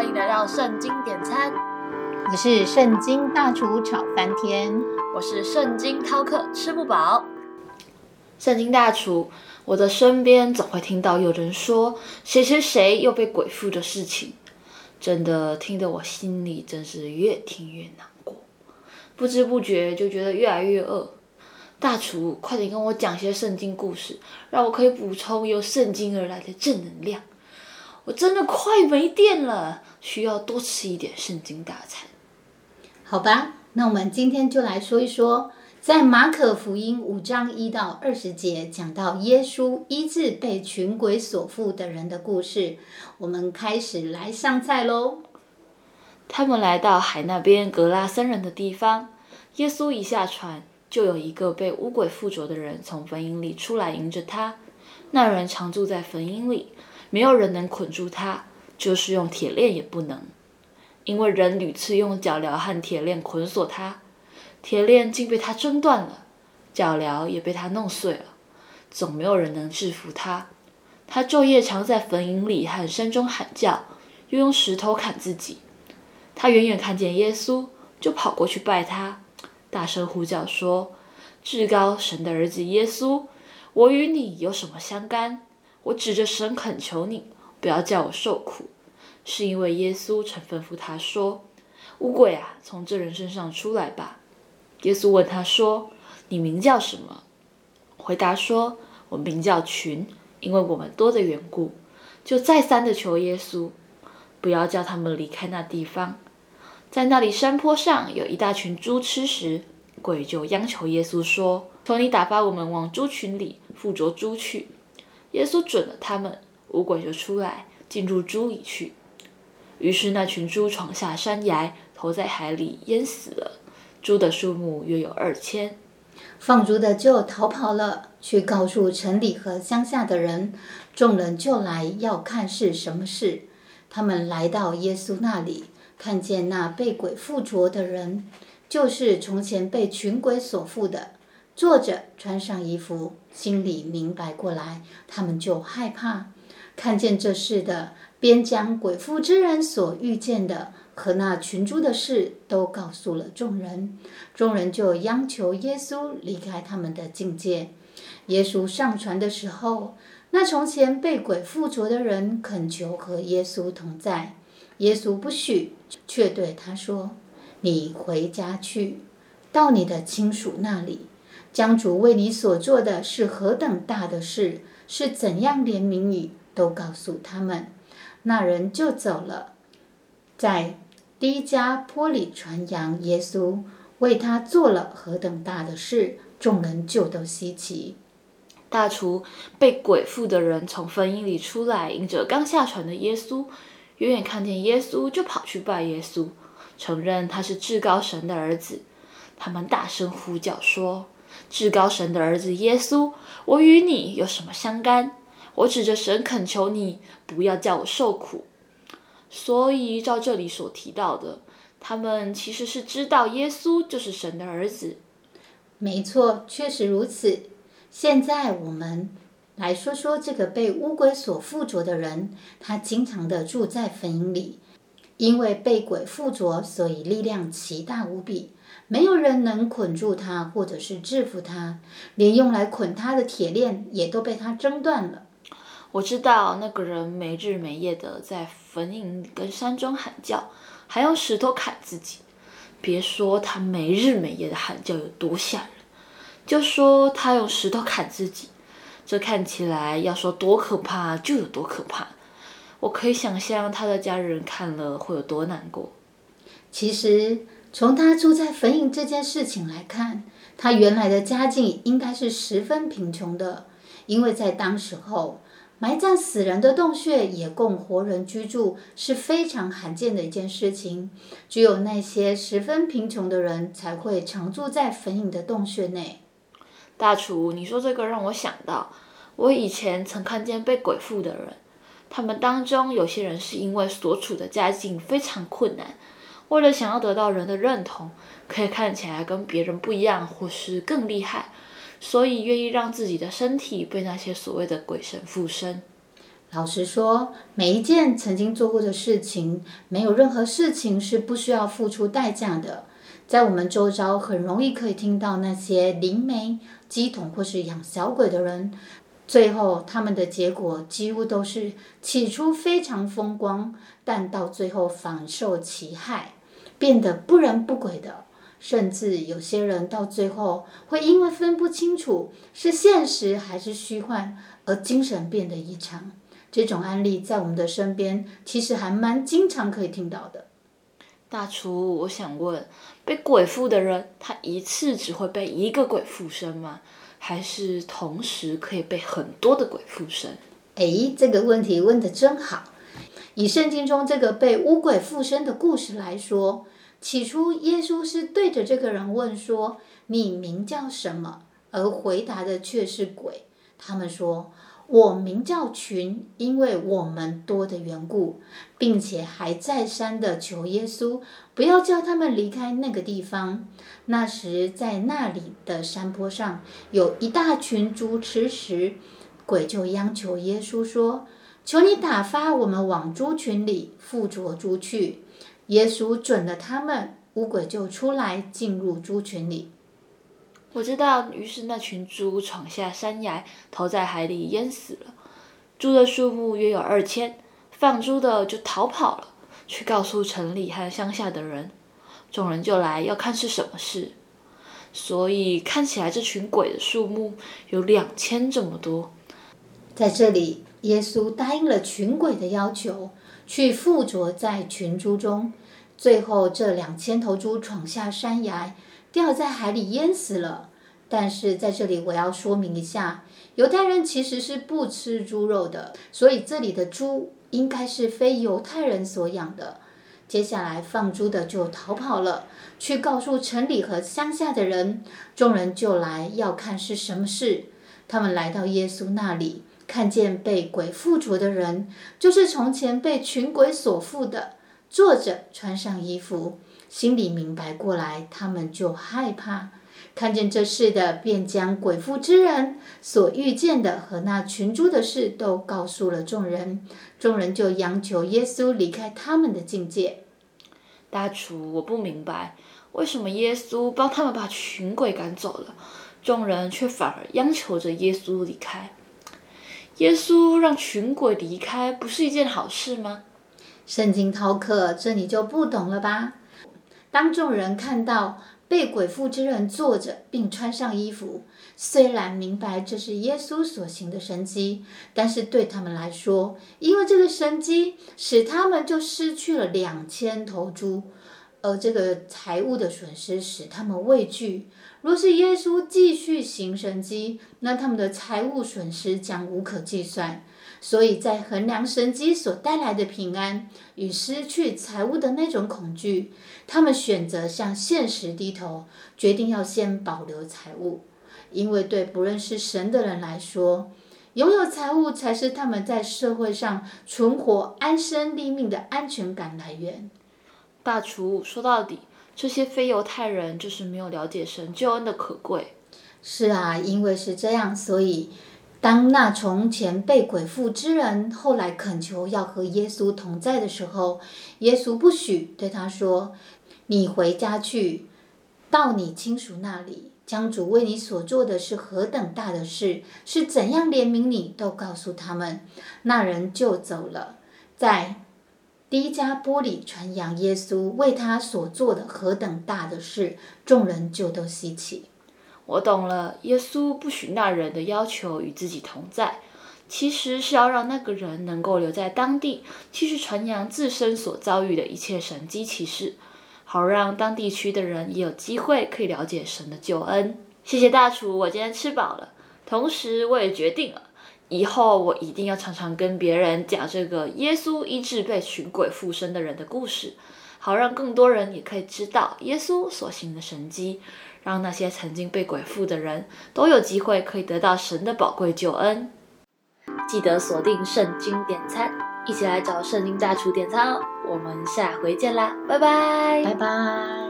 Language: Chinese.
欢迎来到圣经点餐， 我是圣经大厨炒翻天， 我是圣经饕客吃不饱。圣经大厨，我的身边总会听到有人说谁谁谁又被鬼附的事情，真的听得我心里真是越听越难过，不知不觉就觉得越来越饿。大厨，快点跟我讲些圣经故事，让我可以补充由圣经而来的正能量。我真的快没电了，需要多吃一点圣经大餐。 好吧，那我们今天就来说一说，在马可福音5章1到20节讲到耶稣医治被群鬼所附的人的故事。我们开始来上菜咯。 他们来到海那边格拉森人的地方，耶稣一下船，就有一个被污鬼附着的人从坟茔里出来迎着他。那人常住在坟茔里，没有人能捆住他，就是用铁链也不能，因为人屡次用脚镣和铁链捆锁他，铁链竟被他挣断了，脚镣也被他弄碎了，总没有人能制服他。他昼夜常在坟茔里和山中喊叫，又用石头砍自己。他远远看见耶稣，就跑过去拜他，大声呼叫说：至高神的儿子耶稣，我与你有什么相干？我指着神恳求你，不要叫我受苦。是因为耶稣曾吩咐他说：污鬼啊，从这人身上出来吧。耶稣问他说：你名叫什么？回答说：我名叫群，因为我们多的缘故。就再三的求耶稣，不要叫他们离开那地方。在那里山坡上有一大群猪吃食，鬼就央求耶稣说：求你打发我们往猪群里附着猪去。耶稣准了他们，污鬼就出来进入猪里去。于是那群猪闯下山崖，投在海里淹死了。猪的数目约有2000。 放猪的就逃跑了，去告诉城里和乡下的人，众人就来要看是什么事。他们来到耶稣那里，看见那被鬼附着的人，就是从前被群鬼所附的，坐着穿上衣服，心里明白过来，他们就害怕。看见这事的，便将鬼附之人所遇见的和那群猪的事都告诉了众人。众人就央求耶稣离开他们的境界。耶稣上船的时候，那从前被鬼附着的人恳求和耶稣同在。耶稣不许，却对他说：你回家去，到你的亲属那里，将主为你所做的是何等大的事，是怎样怜悯你，都告诉他们。那人就走了，在低加坡里传扬耶稣为他做了何等大的事，众人就都稀奇。 大厨，被鬼附的人从坟茔里出来，迎着刚下船的耶稣，远远看见耶稣，就跑去拜耶稣，承认他是至高神的儿子。他们大声呼叫说：至高神的儿子耶稣，我与你有什么相干？我指着神恳求你，不要叫我受苦。所以照这里所提到的，他们其实是知道耶稣就是神的儿子。 没错，确实如此。现在我们来说说这个被污鬼所附着的人，他经常的住在坟茔里，因为被鬼附着，所以力量奇大无比，没有人能捆住他或者是制服他，连用来捆他的铁链也都被他挣断了。 我知道那个人没日没夜的在坟茔跟山中喊叫，还用石头砍自己。别说他没日没夜的喊叫有多吓人，就说他用石头砍自己，这看起来要说多可怕就有多可怕。我可以想象他的家人看了会有多难过。 其实从他住在坟茔这件事情来看，他原来的家境应该是十分贫穷的，因为在当时候埋葬死人的洞穴也供活人居住，是非常罕见的一件事情。只有那些十分贫穷的人才会常住在坟茔的洞穴内。 大厨，你说这个让我想到，我以前曾看见被鬼附的人，他们当中有些人是因为所处的家境非常困难，为了想要得到人的认同，可以看起来跟别人不一样或是更厉害，所以愿意让自己的身体被那些所谓的鬼神附身。 老实说，每一件曾经做过的事情，没有任何事情是不需要付出代价的。在我们周遭很容易可以听到那些灵媒、乩童或是养小鬼的人，最后他们的结果几乎都是起初非常风光，但到最后反受其害，变得不人不鬼的。甚至有些人到最后会因为分不清楚是现实还是虚幻，而精神变得异常。这种案例在我们的身边其实还蛮经常可以听到的。 大厨，我想问，被鬼附的人，他一次只会被一个鬼附身吗？还是同时可以被很多的鬼附身？ 这个问题问得真好。以圣经中这个被污鬼附身的故事来说，起初耶稣是对着这个人问说，你名叫什么？而回答的却是鬼。他们说，我名叫群，因为我们多的缘故，并且还再三的求耶稣不要叫他们离开那个地方。那时在那里的山坡上有一大群猪吃食，鬼就央求耶稣说，求你打发我们往猪群里附着猪去。耶稣准了他们，污鬼就出来进入猪群里。 我知道，于是那群猪闯下山崖，投在海里淹死了。猪的数目约有2000，放猪的就逃跑了，去告诉城里和乡下的人。众人就来要看是什么事，所以看起来这群鬼的数目有2000这么多。 在这里，耶稣答应了群鬼的要求，去附着在群猪中。最后这2000头猪闯下山崖，掉在海里淹死了。但是在这里我要说明一下，犹太人其实是不吃猪肉的，所以这里的猪应该是非犹太人所养的。接下来放猪的就逃跑了，去告诉城里和乡下的人，众人就来要看是什么事。他们来到耶稣那里，看见被鬼附着的人，就是从前被群鬼所附的，坐着穿上衣服，心里明白过来，他们就害怕。看见这事的，便将鬼附之人所遇见的和那群猪的事都告诉了众人。众人就央求耶稣离开他们的境界。 大厨，我不明白，为什么耶稣帮他们把群鬼赶走了，众人却反而央求着耶稣离开？耶稣让群鬼离开，不是一件好事吗？ 圣经饕客，这你就不懂了吧？当众人看到被鬼附之人坐着并穿上衣服，虽然明白这是耶稣所行的神迹，但是对他们来说，因为这个神迹使他们就失去了2000头猪，而这个财物的损失使他们畏惧。若是耶稣继续行神迹，那他们的财物损失将无可计算。所以在衡量神迹所带来的平安与失去财物的那种恐惧，他们选择向现实低头，决定要先保留财物。因为对不认识神的人来说，拥有财物才是他们在社会上存活安身立命的安全感来源。 大厨，说到底，这些非犹太人就是没有了解神救恩的可贵。 是啊，因为是这样，所以当那从前被鬼附之人后来恳求要和耶稣同在的时候，耶稣不许，对他说，你回家去，到你亲属那里，将主为你所做的是何等大的事，是怎样怜悯你，都告诉他们。那人就走了，在低加波里传扬耶稣为他所做的何等大的事，众人就都稀奇。 我懂了，耶稣不许那人的要求与自己同在，其实是要让那个人能够留在当地，继续传扬自身所遭遇的一切神迹奇事，好让当地区的人也有机会可以了解神的救恩。谢谢大厨，我今天吃饱了。同时我也决定了，以后我一定要常常跟别人讲这个耶稣医治被群鬼附身的人的故事，好让更多人也可以知道耶稣所行的神迹，让那些曾经被鬼附的人都有机会可以得到神的宝贵救恩。记得锁定圣经点餐，一起来找圣经大厨点餐哦。我们下回见啦，拜拜， 拜拜。